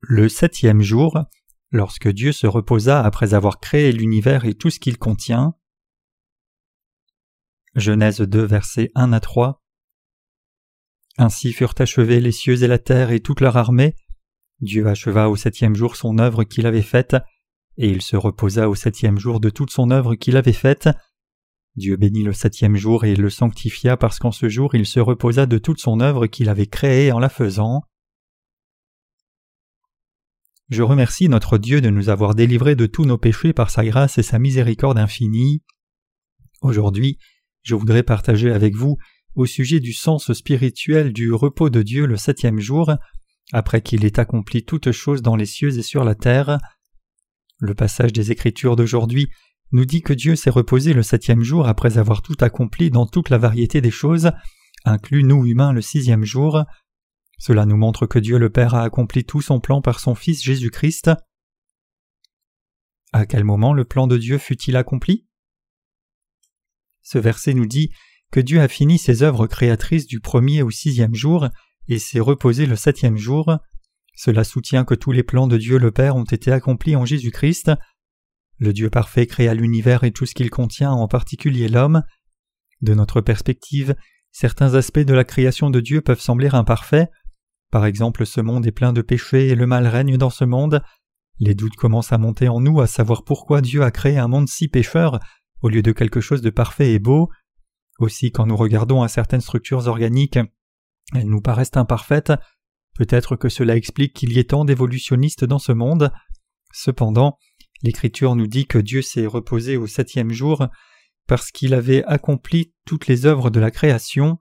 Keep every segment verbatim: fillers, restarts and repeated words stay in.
Le septième jour, lorsque Dieu se reposa après avoir créé l'univers et tout ce qu'il contient. Genèse deux, versets un à trois. Ainsi furent achevés les cieux et la terre et toute leur armée. Dieu acheva au septième jour son œuvre qu'il avait faite, et il se reposa au septième jour de toute son œuvre qu'il avait faite. Dieu bénit le septième jour et il le sanctifia parce qu'en ce jour il se reposa de toute son œuvre qu'il avait créée en la faisant. Je remercie notre Dieu de nous avoir délivrés de tous nos péchés par sa grâce et sa miséricorde infinie. Aujourd'hui, je voudrais partager avec vous au sujet du sens spirituel du repos de Dieu le septième jour, après qu'il ait accompli toutes choses dans les cieux et sur la terre. Le passage des Écritures d'aujourd'hui nous dit que Dieu s'est reposé le septième jour après avoir tout accompli dans toute la variété des choses, inclus nous humains le sixième jour. Cela nous montre que Dieu le Père a accompli tout son plan par son Fils Jésus-Christ. À quel moment le plan de Dieu fut-il accompli? Ce verset nous dit que Dieu a fini ses œuvres créatrices du premier au sixième jour et s'est reposé le septième jour. Cela soutient que tous les plans de Dieu le Père ont été accomplis en Jésus-Christ. Le Dieu parfait créa l'univers et tout ce qu'il contient, en particulier l'homme. De notre perspective, certains aspects de la création de Dieu peuvent sembler imparfaits. Par exemple, ce monde est plein de péchés et le mal règne dans ce monde. Les doutes commencent à monter en nous à savoir pourquoi Dieu a créé un monde si pécheur au lieu de quelque chose de parfait et beau. Aussi, quand nous regardons à certaines structures organiques, elles nous paraissent imparfaites. Peut-être que cela explique qu'il y ait tant d'évolutionnistes dans ce monde. Cependant, l'Écriture nous dit que Dieu s'est reposé au septième jour parce qu'il avait accompli toutes les œuvres de la création.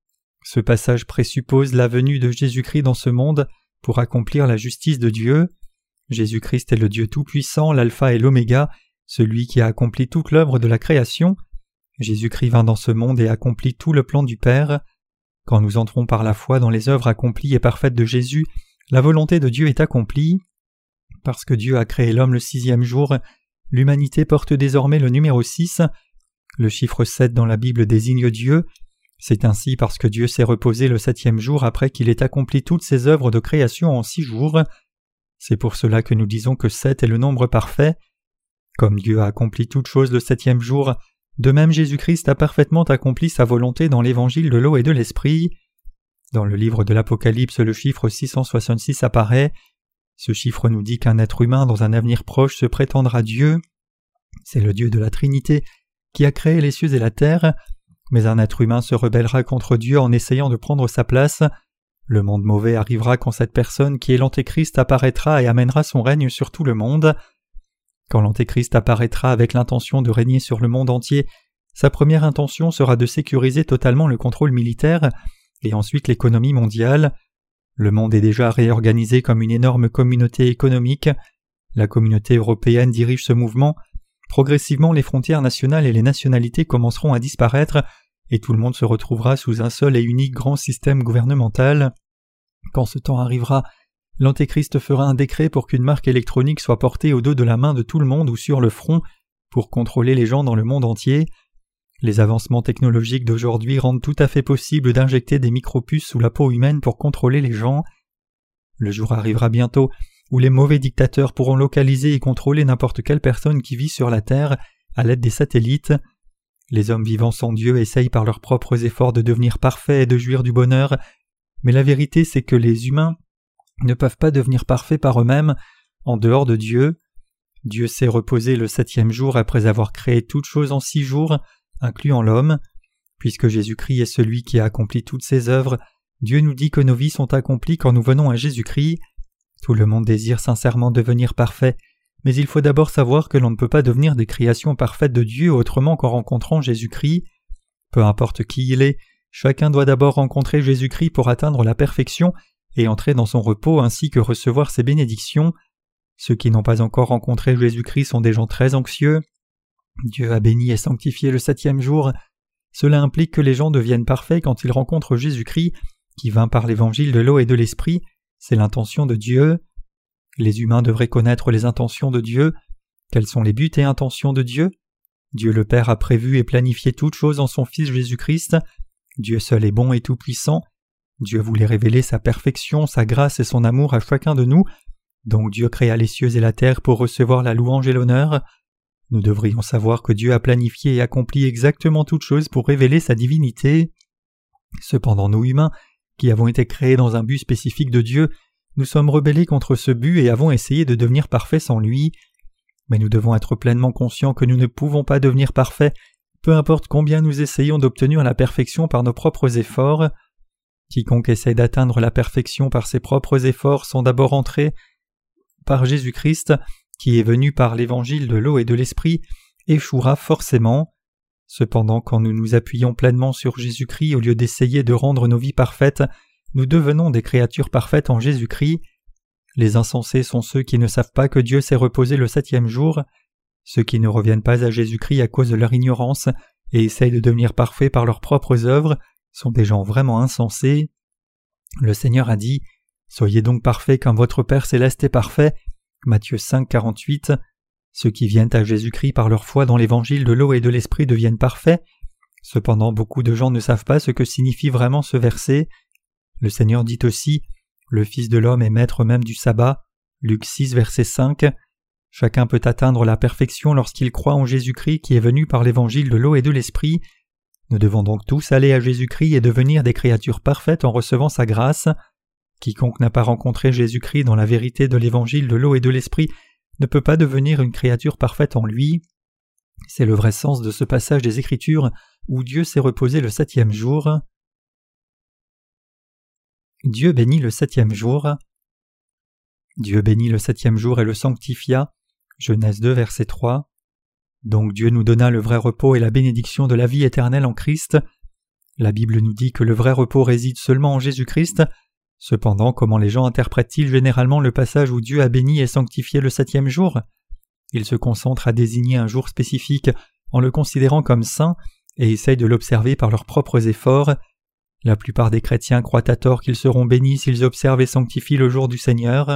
Ce passage présuppose la venue de Jésus-Christ dans ce monde pour accomplir la justice de Dieu. Jésus-Christ est le Dieu Tout-Puissant, l'Alpha et l'Oméga, celui qui a accompli toute l'œuvre de la création. Jésus-Christ vint dans ce monde et accomplit tout le plan du Père. Quand nous entrons par la foi dans les œuvres accomplies et parfaites de Jésus, la volonté de Dieu est accomplie. Parce que Dieu a créé l'homme le sixième jour, l'humanité porte désormais le numéro six. Le chiffre sept dans la Bible désigne Dieu. C'est ainsi parce que Dieu s'est reposé le septième jour après qu'il ait accompli toutes ses œuvres de création en six jours. C'est pour cela que nous disons que sept est le nombre parfait. Comme Dieu a accompli toutes choses le septième jour, de même Jésus-Christ a parfaitement accompli sa volonté dans l'évangile de l'eau et de l'esprit. Dans le livre de l'Apocalypse, le chiffre six cent soixante-six apparaît. Ce chiffre nous dit qu'un être humain dans un avenir proche se prétendra Dieu. C'est le Dieu de la Trinité qui a créé les cieux et la terre, mais un être humain se rebellera contre Dieu en essayant de prendre sa place. Le monde mauvais arrivera quand cette personne qui est l'Antéchrist apparaîtra et amènera son règne sur tout le monde. Quand l'Antéchrist apparaîtra avec l'intention de régner sur le monde entier, sa première intention sera de sécuriser totalement le contrôle militaire et ensuite l'économie mondiale. Le monde est déjà réorganisé comme une énorme communauté économique. La communauté européenne dirige ce mouvement. Progressivement, les frontières nationales et les nationalités commenceront à disparaître et tout le monde se retrouvera sous un seul et unique grand système gouvernemental. Quand ce temps arrivera, l'Antéchrist fera un décret pour qu'une marque électronique soit portée au dos de la main de tout le monde ou sur le front pour contrôler les gens dans le monde entier. Les avancements technologiques d'aujourd'hui rendent tout à fait possible d'injecter des micropuces sous la peau humaine pour contrôler les gens. Le jour arrivera bientôt où les mauvais dictateurs pourront localiser et contrôler n'importe quelle personne qui vit sur la Terre à l'aide des satellites. Les hommes vivant sans Dieu essayent par leurs propres efforts de devenir parfaits et de jouir du bonheur, mais la vérité c'est que les humains ne peuvent pas devenir parfaits par eux-mêmes en dehors de Dieu. Dieu s'est reposé le septième jour après avoir créé toutes choses en six jours, incluant l'homme. Puisque Jésus-Christ est celui qui a accompli toutes ses œuvres, Dieu nous dit que nos vies sont accomplies quand nous venons à Jésus-Christ. Tout le monde désire sincèrement devenir parfait, mais il faut d'abord savoir que l'on ne peut pas devenir des créations parfaites de Dieu autrement qu'en rencontrant Jésus-Christ. Peu importe qui il est, chacun doit d'abord rencontrer Jésus-Christ pour atteindre la perfection et entrer dans son repos ainsi que recevoir ses bénédictions. Ceux qui n'ont pas encore rencontré Jésus-Christ sont des gens très anxieux. Dieu a béni et sanctifié le septième jour. Cela implique que les gens deviennent parfaits quand ils rencontrent Jésus-Christ, qui vint par l'évangile de l'eau et de l'esprit. C'est l'intention de Dieu. Les humains devraient connaître les intentions de Dieu. Quels sont les buts et intentions de Dieu? Dieu le Père a prévu et planifié toutes choses en son Fils Jésus-Christ. Dieu seul est bon et tout-puissant. Dieu voulait révéler sa perfection, sa grâce et son amour à chacun de nous, Donc Dieu créa les cieux et la terre pour recevoir la louange et l'honneur. Nous devrions savoir que Dieu a planifié et accompli exactement toutes choses pour révéler sa divinité. Cependant nous humains, qui avons été créés dans un but spécifique de Dieu, nous sommes rebellés contre ce but et avons essayé de devenir parfaits sans lui. Mais nous devons être pleinement conscients que nous ne pouvons pas devenir parfaits, peu importe combien nous essayons d'obtenir la perfection par nos propres efforts. Quiconque essaie d'atteindre la perfection par ses propres efforts sont d'abord entrés par Jésus-Christ, qui est venu par l'évangile de l'eau et de l'esprit, échouera forcément. Cependant, quand nous nous appuyons pleinement sur Jésus-Christ au lieu d'essayer de rendre nos vies parfaites, nous devenons des créatures parfaites en Jésus-Christ. Les insensés sont ceux qui ne savent pas que Dieu s'est reposé le septième jour. Ceux qui ne reviennent pas à Jésus-Christ à cause de leur ignorance et essayent de devenir parfaits par leurs propres œuvres sont des gens vraiment insensés. Le Seigneur a dit « Soyez donc parfaits comme votre Père céleste est parfait » Matthieu cinq, quarante-huit. Ceux qui viennent à Jésus-Christ par leur foi dans l'évangile de l'eau et de l'esprit deviennent parfaits. Cependant, beaucoup de gens ne savent pas ce que signifie vraiment ce verset. Le Seigneur dit aussi « Le Fils de l'homme est maître même du sabbat » Luc six, verset cinq. Chacun peut atteindre la perfection lorsqu'il croit en Jésus-Christ qui est venu par l'évangile de l'eau et de l'esprit. Nous devons donc tous aller à Jésus-Christ et devenir des créatures parfaites en recevant sa grâce. Quiconque n'a pas rencontré Jésus-Christ dans la vérité de l'évangile de l'eau et de l'esprit ne peut pas devenir une créature parfaite en lui. C'est le vrai sens de ce passage des Écritures où Dieu s'est reposé le septième jour. Dieu bénit le septième jour. Dieu bénit le septième jour et le sanctifia. Genèse deux, verset trois. Donc Dieu nous donna le vrai repos et la bénédiction de la vie éternelle en Christ. La Bible nous dit que le vrai repos réside seulement en Jésus-Christ. Cependant, comment les gens interprètent-ils généralement le passage où Dieu a béni et sanctifié le septième jour? Ils se concentrent à désigner un jour spécifique en le considérant comme saint et essayent de l'observer par leurs propres efforts. La plupart des chrétiens croient à tort qu'ils seront bénis s'ils observent et sanctifient le jour du Seigneur.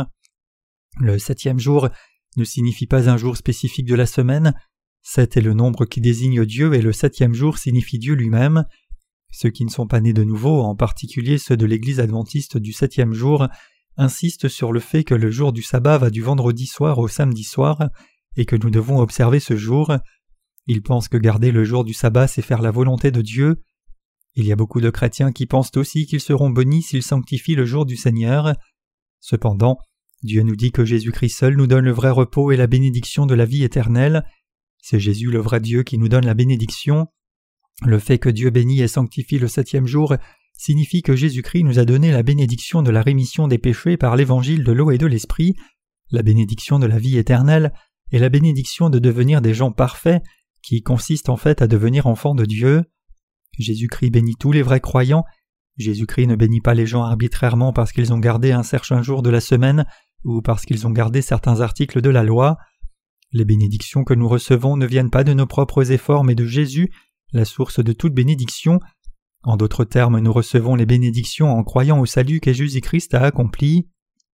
Le septième jour ne signifie pas un jour spécifique de la semaine. Sept est le nombre qui désigne Dieu et le septième jour signifie Dieu lui-même. Ceux qui ne sont pas nés de nouveau, en particulier ceux de l'Église adventiste du septième jour, insistent sur le fait que le jour du sabbat va du vendredi soir au samedi soir et que nous devons observer ce jour. Ils pensent que garder le jour du sabbat, c'est faire la volonté de Dieu. Il y a beaucoup de chrétiens qui pensent aussi qu'ils seront bénis s'ils sanctifient le jour du Seigneur. Cependant, Dieu nous dit que Jésus-Christ seul nous donne le vrai repos et la bénédiction de la vie éternelle. C'est Jésus le vrai Dieu qui nous donne la bénédiction. Le fait que Dieu bénit et sanctifie le septième jour signifie que Jésus-Christ nous a donné la bénédiction de la rémission des péchés par l'évangile de l'eau et de l'esprit, la bénédiction de la vie éternelle et la bénédiction de devenir des gens parfaits, qui consiste en fait à devenir enfants de Dieu. Jésus-Christ bénit tous les vrais croyants. Jésus-Christ ne bénit pas les gens arbitrairement parce qu'ils ont gardé un certain jour de la semaine ou parce qu'ils ont gardé certains articles de la loi. Les bénédictions que nous recevons ne viennent pas de nos propres efforts mais de Jésus, la source de toute bénédiction. En d'autres termes, nous recevons les bénédictions en croyant au salut que Jésus-Christ a accompli.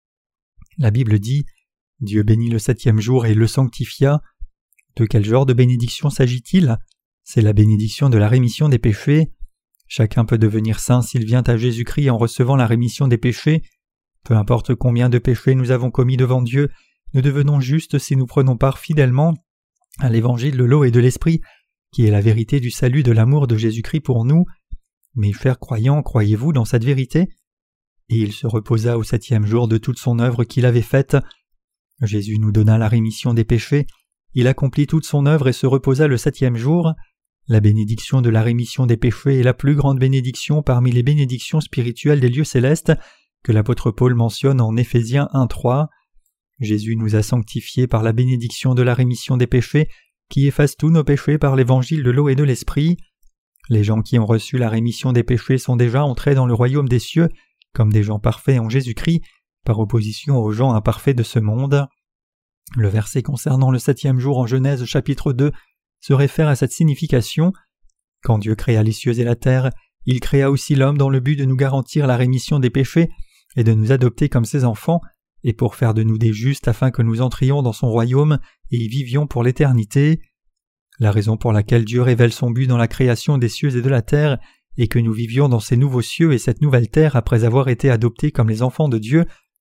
La Bible dit « Dieu bénit le septième jour et le sanctifia ». De quel genre de bénédiction s'agit-il? C'est la bénédiction de la rémission des péchés. Chacun peut devenir saint s'il vient à Jésus-Christ en recevant la rémission des péchés. Peu importe combien de péchés nous avons commis devant Dieu, nous devenons justes si nous prenons part fidèlement à l'évangile de l'eau et de l'esprit, qui est la vérité du salut de l'amour de Jésus-Christ pour nous. Mes chers croyants, croyez-vous dans cette vérité? Et il se reposa au septième jour de toute son œuvre qu'il avait faite. Jésus nous donna la rémission des péchés, il accomplit toute son œuvre et se reposa le septième jour. La bénédiction de la rémission des péchés est la plus grande bénédiction parmi les bénédictions spirituelles des lieux célestes que l'apôtre Paul mentionne en Éphésiens un trois. Jésus nous a sanctifiés par la bénédiction de la rémission des péchés qui efface tous nos péchés par l'évangile de l'eau et de l'esprit. Les gens qui ont reçu la rémission des péchés sont déjà entrés dans le royaume des cieux comme des gens parfaits en Jésus-Christ, par opposition aux gens imparfaits de ce monde. Le verset concernant le septième jour en Genèse chapitre deux se réfère à cette signification. Quand Dieu créa les cieux et la terre, il créa aussi l'homme dans le but de nous garantir la rémission des péchés et de nous adopter comme ses enfants, et pour faire de nous des justes afin que nous entrions dans son royaume et y vivions pour l'éternité. La raison pour laquelle Dieu révèle son but dans la création des cieux et de la terre est que nous vivions dans ces nouveaux cieux et cette nouvelle terre après avoir été adoptés comme les enfants de Dieu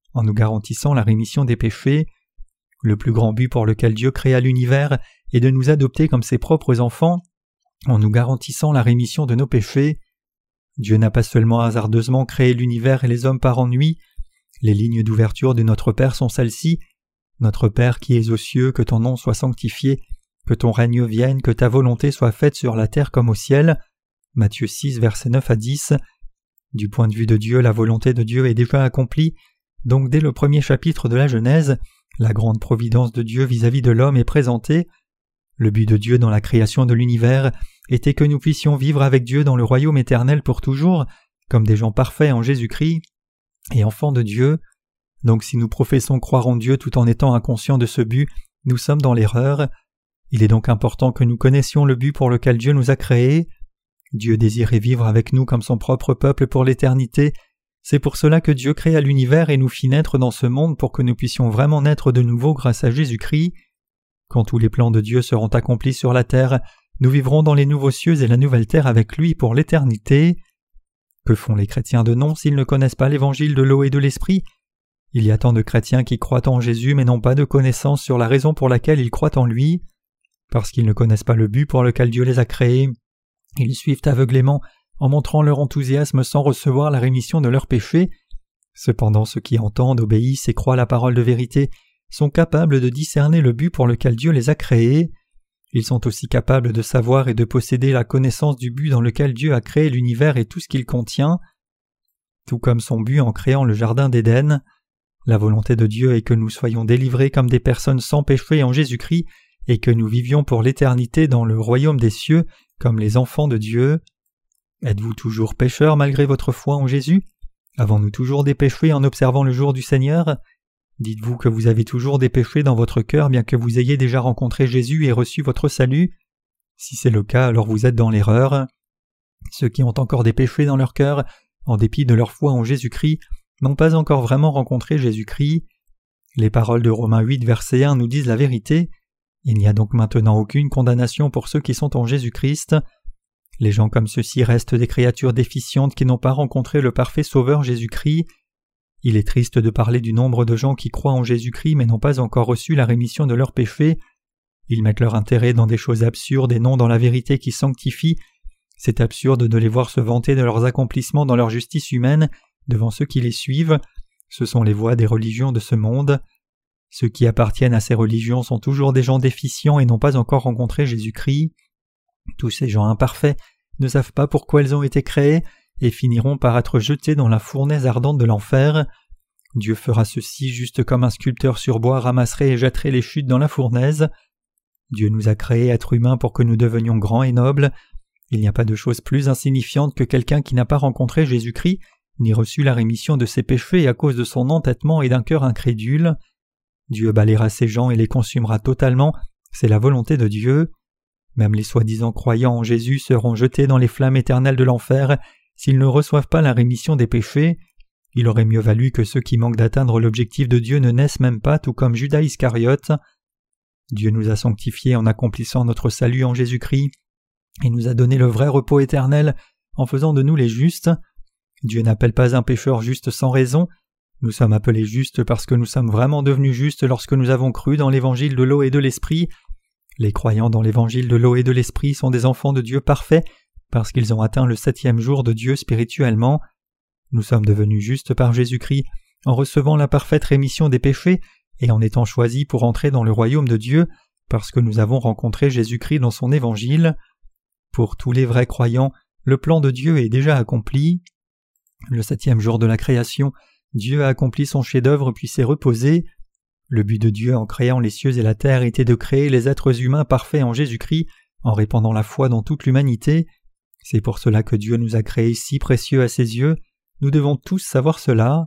en nous garantissant la rémission des péchés. Le plus grand but pour lequel Dieu créa l'univers est de nous adopter comme ses propres enfants, en nous garantissant la rémission de nos péchés. Dieu n'a pas seulement hasardeusement créé l'univers et les hommes par ennui. Les lignes d'ouverture de notre Père sont celles-ci. Notre Père qui es aux cieux, que ton nom soit sanctifié, que ton règne vienne, que ta volonté soit faite sur la terre comme au ciel. Matthieu six, versets neuf à dix. Du point de vue de Dieu, la volonté de Dieu est déjà accomplie. Donc dès le premier chapitre de la Genèse, la grande providence de Dieu vis-à-vis de l'homme est présentée. Le but de Dieu dans la création de l'univers était que nous puissions vivre avec Dieu dans le royaume éternel pour toujours, comme des gens parfaits en Jésus-Christ et enfants de Dieu. Donc si nous professons croire en Dieu tout en étant inconscients de ce but, nous sommes dans l'erreur. Il est donc important que nous connaissions le but pour lequel Dieu nous a créés. Dieu désirait vivre avec nous comme son propre peuple pour l'éternité. C'est pour cela que Dieu créa l'univers et nous fit naître dans ce monde pour que nous puissions vraiment naître de nouveau grâce à Jésus-Christ. Quand tous les plans de Dieu seront accomplis sur la terre, nous vivrons dans les nouveaux cieux et la nouvelle terre avec lui pour l'éternité. Que font les chrétiens de nom s'ils ne connaissent pas l'évangile de l'eau et de l'esprit ? Il y a tant de chrétiens qui croient en Jésus mais n'ont pas de connaissance sur la raison pour laquelle ils croient en lui. Parce qu'ils ne connaissent pas le but pour lequel Dieu les a créés, ils suivent aveuglément en montrant leur enthousiasme sans recevoir la rémission de leurs péchés. Cependant ceux qui entendent, obéissent et croient la parole de vérité sont capables de discerner le but pour lequel Dieu les a créés. Ils sont aussi capables de savoir et de posséder la connaissance du but dans lequel Dieu a créé l'univers et tout ce qu'il contient. Tout comme son but en créant le jardin d'Éden. La volonté de Dieu est que nous soyons délivrés comme des personnes sans péché en Jésus-Christ et que nous vivions pour l'éternité dans le royaume des cieux comme les enfants de Dieu. Êtes-vous toujours pécheurs malgré votre foi en Jésus ? Avons-nous toujours des péchés en observant le jour du Seigneur ? Dites-vous que vous avez toujours des péchés dans votre cœur bien que vous ayez déjà rencontré Jésus et reçu votre salut ? Si c'est le cas, alors vous êtes dans l'erreur. Ceux qui ont encore des péchés dans leur cœur, en dépit de leur foi en Jésus-Christ, n'ont pas encore vraiment rencontré Jésus-Christ. Les paroles de Romains huit, verset un nous disent la vérité. Il n'y a donc maintenant aucune condamnation pour ceux qui sont en Jésus-Christ. Les gens comme ceux-ci restent des créatures déficientes qui n'ont pas rencontré le parfait Sauveur Jésus-Christ. Il est triste de parler du nombre de gens qui croient en Jésus-Christ mais n'ont pas encore reçu la rémission de leurs péchés. Ils mettent leur intérêt dans des choses absurdes et non dans la vérité qui sanctifie. C'est absurde de les voir se vanter de leurs accomplissements dans leur justice humaine devant ceux qui les suivent. Ce sont les voies des religions de ce monde. Ceux qui appartiennent à ces religions sont toujours des gens déficients et n'ont pas encore rencontré Jésus-Christ. Tous ces gens imparfaits ne savent pas pourquoi ils ont été créés et finiront par être jetés dans la fournaise ardente de l'enfer. Dieu fera ceci juste comme un sculpteur sur bois ramasserait et jetterait les chutes dans la fournaise. Dieu nous a créés êtres humains pour que nous devenions grands et nobles. Il n'y a pas de chose plus insignifiante que quelqu'un qui n'a pas rencontré Jésus-Christ ni reçu la rémission de ses péchés à cause de son entêtement et d'un cœur incrédule. Dieu balayera ces gens et les consumera totalement, c'est la volonté de Dieu. Même les soi-disant croyants en Jésus seront jetés dans les flammes éternelles de l'enfer s'ils ne reçoivent pas la rémission des péchés. Il aurait mieux valu que ceux qui manquent d'atteindre l'objectif de Dieu ne naissent même pas, tout comme Judas Iscariote. Dieu nous a sanctifiés en accomplissant notre salut en Jésus-Christ et nous a donné le vrai repos éternel en faisant de nous les justes. Dieu n'appelle pas un pécheur juste sans raison. Nous sommes appelés justes parce que nous sommes vraiment devenus justes lorsque nous avons cru dans l'évangile de l'eau et de l'esprit. Les croyants dans l'évangile de l'eau et de l'esprit sont des enfants de Dieu parfaits parce qu'ils ont atteint le septième jour de Dieu spirituellement. Nous sommes devenus justes par Jésus-Christ en recevant la parfaite rémission des péchés et en étant choisis pour entrer dans le royaume de Dieu parce que nous avons rencontré Jésus-Christ dans son évangile. Pour tous les vrais croyants, le plan de Dieu est déjà accompli. Le septième jour de la création, Dieu a accompli son chef-d'œuvre puis s'est reposé. Le but de Dieu en créant les cieux et la terre était de créer les êtres humains parfaits en Jésus-Christ en répandant la foi dans toute l'humanité. C'est pour cela que Dieu nous a créés si précieux à ses yeux. Nous devons tous savoir cela.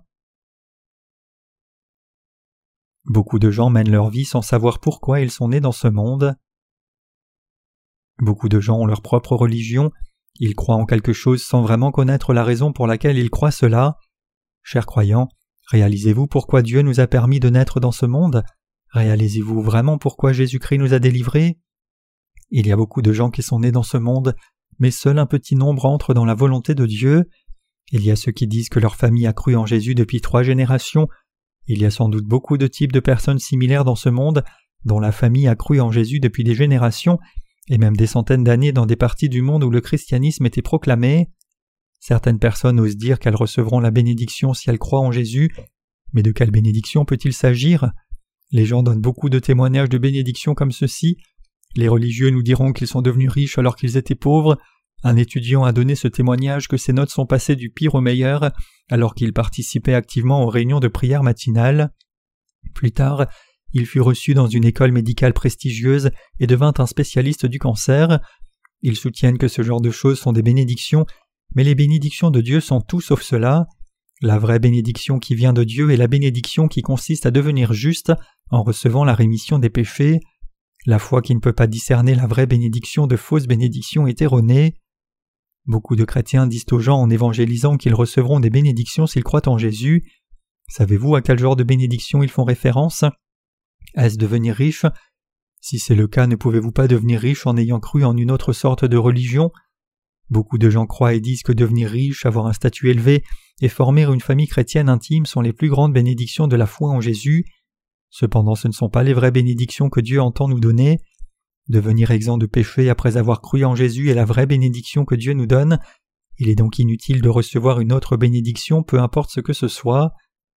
Beaucoup de gens mènent leur vie sans savoir pourquoi ils sont nés dans ce monde. Beaucoup de gens ont leur propre religion. Ils croient en quelque chose sans vraiment connaître la raison pour laquelle ils croient cela. Chers croyants, réalisez-vous pourquoi Dieu nous a permis de naître dans ce monde ? Réalisez-vous vraiment pourquoi Jésus-Christ nous a délivrés ? Il y a beaucoup de gens qui sont nés dans ce monde, mais seul un petit nombre entre dans la volonté de Dieu. Il y a ceux qui disent que leur famille a cru en Jésus depuis trois générations. Il y a sans doute beaucoup de types de personnes similaires dans ce monde, dont la famille a cru en Jésus depuis des générations, et même des centaines d'années dans des parties du monde où le christianisme était proclamé. Certaines personnes osent dire qu'elles recevront la bénédiction si elles croient en Jésus, mais de quelle bénédiction peut-il s'agir? Les gens donnent beaucoup de témoignages de bénédiction comme ceci. Les religieux nous diront qu'ils sont devenus riches alors qu'ils étaient pauvres. Un étudiant a donné ce témoignage que ses notes sont passées du pire au meilleur alors qu'il participait activement aux réunions de prière matinales. Plus tard, il fut reçu dans une école médicale prestigieuse et devint un spécialiste du cancer. Ils soutiennent que ce genre de choses sont des bénédictions, mais les bénédictions de Dieu sont tout sauf cela. La vraie bénédiction qui vient de Dieu est la bénédiction qui consiste à devenir juste en recevant la rémission des péchés. La foi qui ne peut pas discerner la vraie bénédiction de fausses bénédictions est erronée. Beaucoup de chrétiens disent aux gens en évangélisant qu'ils recevront des bénédictions s'ils croient en Jésus. Savez-vous à quel genre de bénédiction ils font référence? Est-ce devenir riche? Si c'est le cas, ne pouvez-vous pas devenir riche en ayant cru en une autre sorte de religion? Beaucoup de gens croient et disent que devenir riche, avoir un statut élevé et former une famille chrétienne intime sont les plus grandes bénédictions de la foi en Jésus. Cependant, ce ne sont pas les vraies bénédictions que Dieu entend nous donner. Devenir exempt de péché après avoir cru en Jésus est la vraie bénédiction que Dieu nous donne. Il est donc inutile de recevoir une autre bénédiction, peu importe ce que ce soit.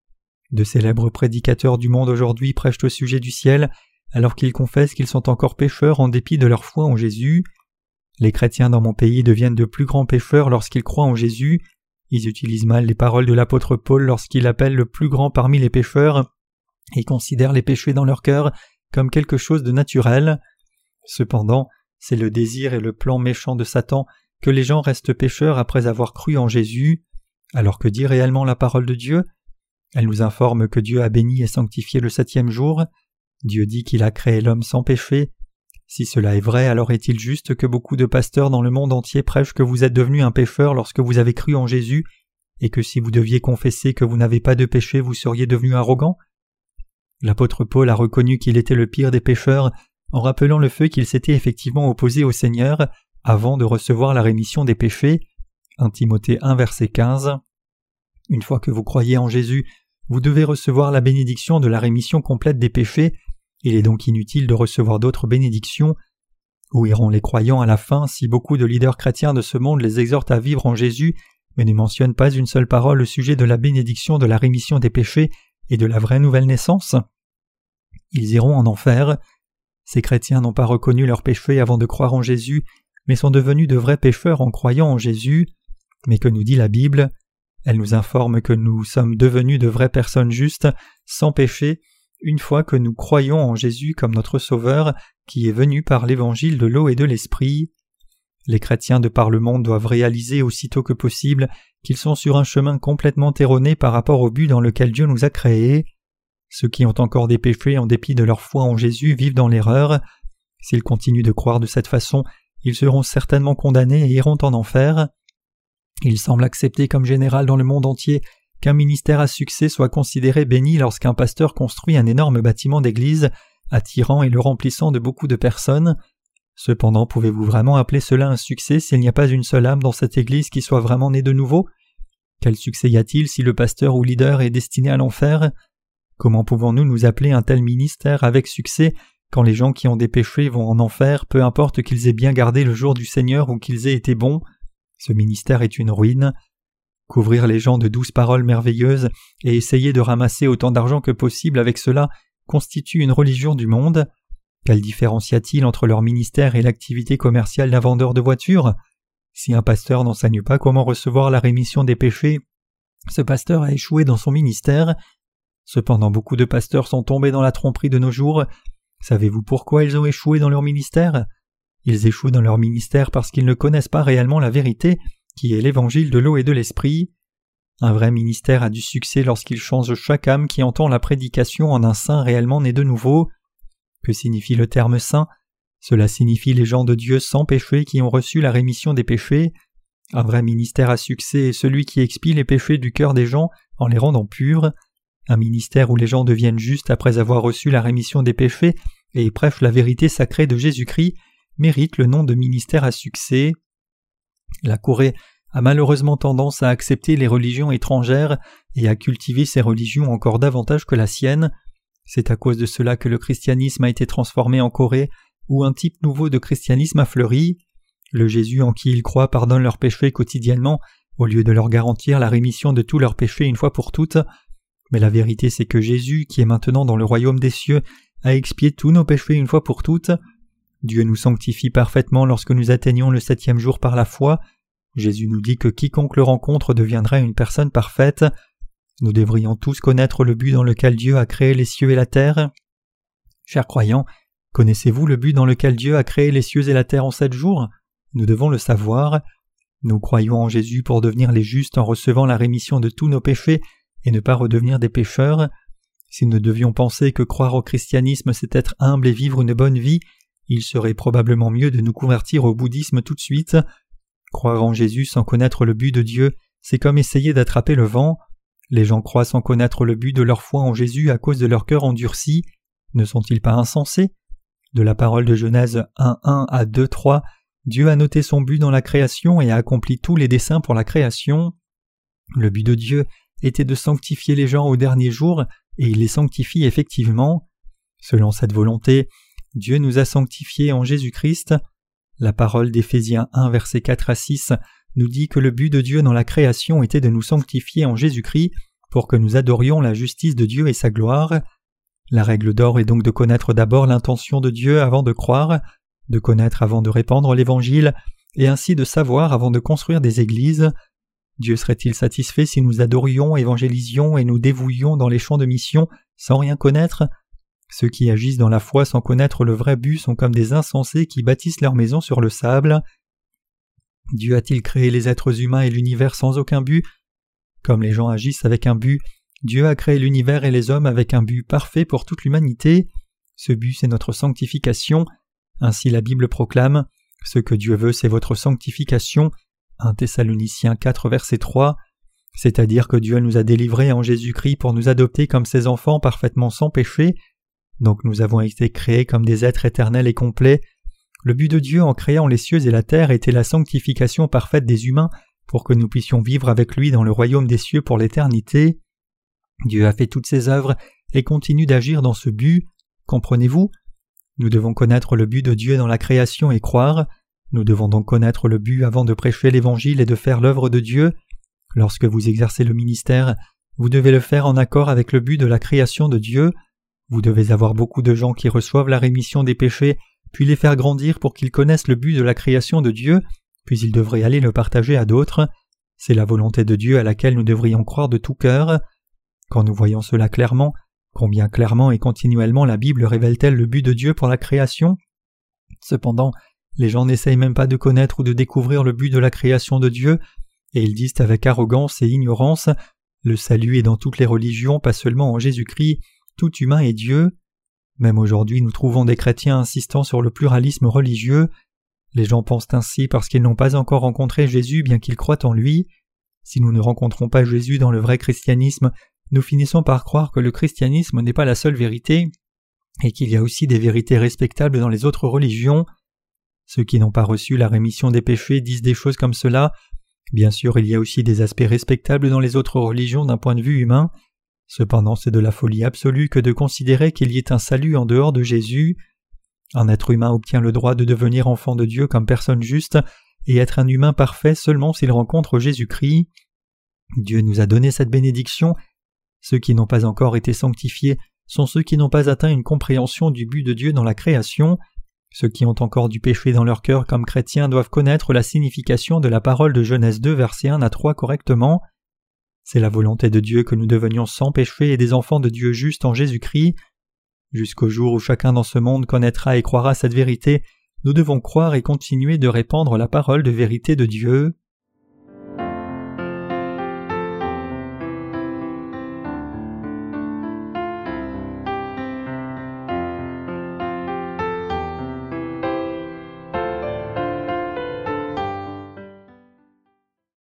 De célèbres prédicateurs du monde aujourd'hui prêchent au sujet du ciel, alors qu'ils confessent qu'ils sont encore pécheurs en dépit de leur foi en Jésus. Les chrétiens dans mon pays deviennent de plus grands pécheurs lorsqu'ils croient en Jésus. Ils utilisent mal les paroles de l'apôtre Paul lorsqu'il appelle le plus grand parmi les pécheurs et considèrent les péchés dans leur cœur comme quelque chose de naturel. Cependant, c'est le désir et le plan méchant de Satan que les gens restent pécheurs après avoir cru en Jésus. Alors que dit réellement la parole de Dieu? Elle nous informe que Dieu a béni et sanctifié le septième jour. Dieu dit qu'il a créé l'homme sans péché. Si cela est vrai, alors est-il juste que beaucoup de pasteurs dans le monde entier prêchent que vous êtes devenu un pécheur lorsque vous avez cru en Jésus, et que si vous deviez confesser que vous n'avez pas de péché, vous seriez devenu arrogant? L'apôtre Paul a reconnu qu'il était le pire des pécheurs en rappelant le fait qu'il s'était effectivement opposé au Seigneur avant de recevoir la rémission des péchés. un Timothée un verset quinze. Une fois que vous croyez en Jésus, vous devez recevoir la bénédiction de la rémission complète des péchés. Il est donc inutile de recevoir d'autres bénédictions. Où iront les croyants à la fin si beaucoup de leaders chrétiens de ce monde les exhortent à vivre en Jésus, mais ne mentionnent pas une seule parole au sujet de la bénédiction de la rémission des péchés et de la vraie nouvelle naissance? Ils iront en enfer. Ces chrétiens n'ont pas reconnu leurs péchés avant de croire en Jésus, mais sont devenus de vrais pécheurs en croyant en Jésus. Mais que nous dit la Bible? Elle nous informe que nous sommes devenus de vraies personnes justes, sans péché, une fois que nous croyons en Jésus comme notre Sauveur, qui est venu par l'évangile de l'eau et de l'esprit. Les chrétiens de par le monde doivent réaliser aussitôt que possible qu'ils sont sur un chemin complètement erroné par rapport au but dans lequel Dieu nous a créés. Ceux qui ont encore des péchés en dépit de leur foi en Jésus vivent dans l'erreur. S'ils continuent de croire de cette façon, ils seront certainement condamnés et iront en enfer. Il semble accepté comme général dans le monde entier qu'un ministère à succès soit considéré béni lorsqu'un pasteur construit un énorme bâtiment d'église, attirant et le remplissant de beaucoup de personnes. Cependant, pouvez-vous vraiment appeler cela un succès s'il n'y a pas une seule âme dans cette église qui soit vraiment née de nouveau? Quel succès y a-t-il si le pasteur ou leader est destiné à l'enfer? Comment pouvons-nous nous appeler un tel ministère avec succès quand les gens qui ont des péchés vont en enfer, peu importe qu'ils aient bien gardé le jour du Seigneur ou qu'ils aient été bons? Ce ministère est une ruine. Couvrir les gens de douces paroles merveilleuses et essayer de ramasser autant d'argent que possible avec cela constitue une religion du monde. Quelle différence y a-t-il entre leur ministère et l'activité commerciale d'un vendeur de voitures? Si un pasteur n'enseigne pas comment recevoir la rémission des péchés, ce pasteur a échoué dans son ministère. Cependant, beaucoup de pasteurs sont tombés dans la tromperie de nos jours. Savez-vous pourquoi ils ont échoué dans leur ministère? Ils échouent dans leur ministère parce qu'ils ne connaissent pas réellement la vérité, qui est l'évangile de l'eau et de l'esprit. Un vrai ministère a du succès lorsqu'il change chaque âme qui entend la prédication en un saint réellement né de nouveau. Que signifie le terme saint? Cela signifie les gens de Dieu sans péché qui ont reçu la rémission des péchés. Un vrai ministère à succès est celui qui expie les péchés du cœur des gens en les rendant purs. Un ministère où les gens deviennent justes après avoir reçu la rémission des péchés et prêchent la vérité sacrée de Jésus-Christ mérite le nom de ministère à succès. La Corée a malheureusement tendance à accepter les religions étrangères et à cultiver ces religions encore davantage que la sienne. C'est à cause de cela que le christianisme a été transformé en Corée, où un type nouveau de christianisme a fleuri. Le Jésus en qui ils croient pardonne leurs péchés quotidiennement, au lieu de leur garantir la rémission de tous leurs péchés une fois pour toutes. Mais la vérité c'est que Jésus, qui est maintenant dans le royaume des cieux, a expié tous nos péchés une fois pour toutes. Dieu nous sanctifie parfaitement lorsque nous atteignons le septième jour par la foi. Jésus nous dit que quiconque le rencontre deviendra une personne parfaite. Nous devrions tous connaître le but dans lequel Dieu a créé les cieux et la terre. Chers croyants, connaissez-vous le but dans lequel Dieu a créé les cieux et la terre en sept jours ? Nous devons le savoir. Nous croyons en Jésus pour devenir les justes en recevant la rémission de tous nos péchés et ne pas redevenir des pécheurs. Si nous devions penser que croire au christianisme c'est être humble et vivre une bonne vie, il serait probablement mieux de nous convertir au bouddhisme tout de suite. Croire en Jésus sans connaître le but de Dieu, c'est comme essayer d'attraper le vent. Les gens croient sans connaître le but de leur foi en Jésus à cause de leur cœur endurci. Ne sont-ils pas insensés ? De la parole de Genèse un un à deux trois, Dieu a noté son but dans la création et a accompli tous les desseins pour la création. Le but de Dieu était de sanctifier les gens au dernier jour, et il les sanctifie effectivement. Selon cette volonté, Dieu nous a sanctifiés en Jésus-Christ. La parole d'Éphésiens un versets quatre à six nous dit que le but de Dieu dans la création était de nous sanctifier en Jésus-Christ pour que nous adorions la justice de Dieu et sa gloire. La règle d'or est donc de connaître d'abord l'intention de Dieu avant de croire, de connaître avant de répandre l'Évangile, et ainsi de savoir avant de construire des églises. Dieu serait-il satisfait si nous adorions, évangélisions et nous dévouions dans les champs de mission sans rien connaître ? Ceux qui agissent dans la foi sans connaître le vrai but sont comme des insensés qui bâtissent leur maison sur le sable. Dieu a-t-il créé les êtres humains et l'univers sans aucun but ? Comme les gens agissent avec un but, Dieu a créé l'univers et les hommes avec un but parfait pour toute l'humanité. Ce but, c'est notre sanctification. Ainsi la Bible proclame « Ce que Dieu veut, c'est votre sanctification » un Thessaloniciens quatre verset trois, c'est-à-dire que Dieu nous a délivrés en Jésus-Christ pour nous adopter comme ses enfants parfaitement sans péché. Donc nous avons été créés comme des êtres éternels et complets. Le but de Dieu en créant les cieux et la terre était la sanctification parfaite des humains pour que nous puissions vivre avec lui dans le royaume des cieux pour l'éternité. Dieu a fait toutes ses œuvres et continue d'agir dans ce but. Comprenez-vous ? Nous devons connaître le but de Dieu dans la création et croire. Nous devons donc connaître le but avant de prêcher l'Évangile et de faire l'œuvre de Dieu. Lorsque vous exercez le ministère, vous devez le faire en accord avec le but de la création de Dieu. Vous devez avoir beaucoup de gens qui reçoivent la rémission des péchés, puis les faire grandir pour qu'ils connaissent le but de la création de Dieu, puis ils devraient aller le partager à d'autres. C'est la volonté de Dieu à laquelle nous devrions croire de tout cœur. Quand nous voyons cela clairement, combien clairement et continuellement la Bible révèle-t-elle le but de Dieu pour la création ? Cependant, les gens n'essayent même pas de connaître ou de découvrir le but de la création de Dieu, et ils disent avec arrogance et ignorance « Le salut est dans toutes les religions, pas seulement en Jésus-Christ, tout humain est Dieu ». Même aujourd'hui, nous trouvons des chrétiens insistant sur le pluralisme religieux. Les gens pensent ainsi parce qu'ils n'ont pas encore rencontré Jésus bien qu'ils croient en lui. Si nous ne rencontrons pas Jésus dans le vrai christianisme, nous finissons par croire que le christianisme n'est pas la seule vérité, et qu'il y a aussi des vérités respectables dans les autres religions. Ceux qui n'ont pas reçu la rémission des péchés disent des choses comme cela. Bien sûr, il y a aussi des aspects respectables dans les autres religions d'un point de vue humain. Cependant, c'est de la folie absolue que de considérer qu'il y ait un salut en dehors de Jésus. Un être humain obtient le droit de devenir enfant de Dieu comme personne juste et être un humain parfait seulement s'il rencontre Jésus-Christ. Dieu nous a donné cette bénédiction. Ceux qui n'ont pas encore été sanctifiés sont ceux qui n'ont pas atteint une compréhension du but de Dieu dans la création. Ceux qui ont encore du péché dans leur cœur comme chrétiens doivent connaître la signification de la parole de Genèse deux versets un à trois correctement. C'est la volonté de Dieu que nous devenions sans péché et des enfants de Dieu justes en Jésus-Christ. Jusqu'au jour où chacun dans ce monde connaîtra et croira cette vérité, nous devons croire et continuer de répandre la parole de vérité de Dieu.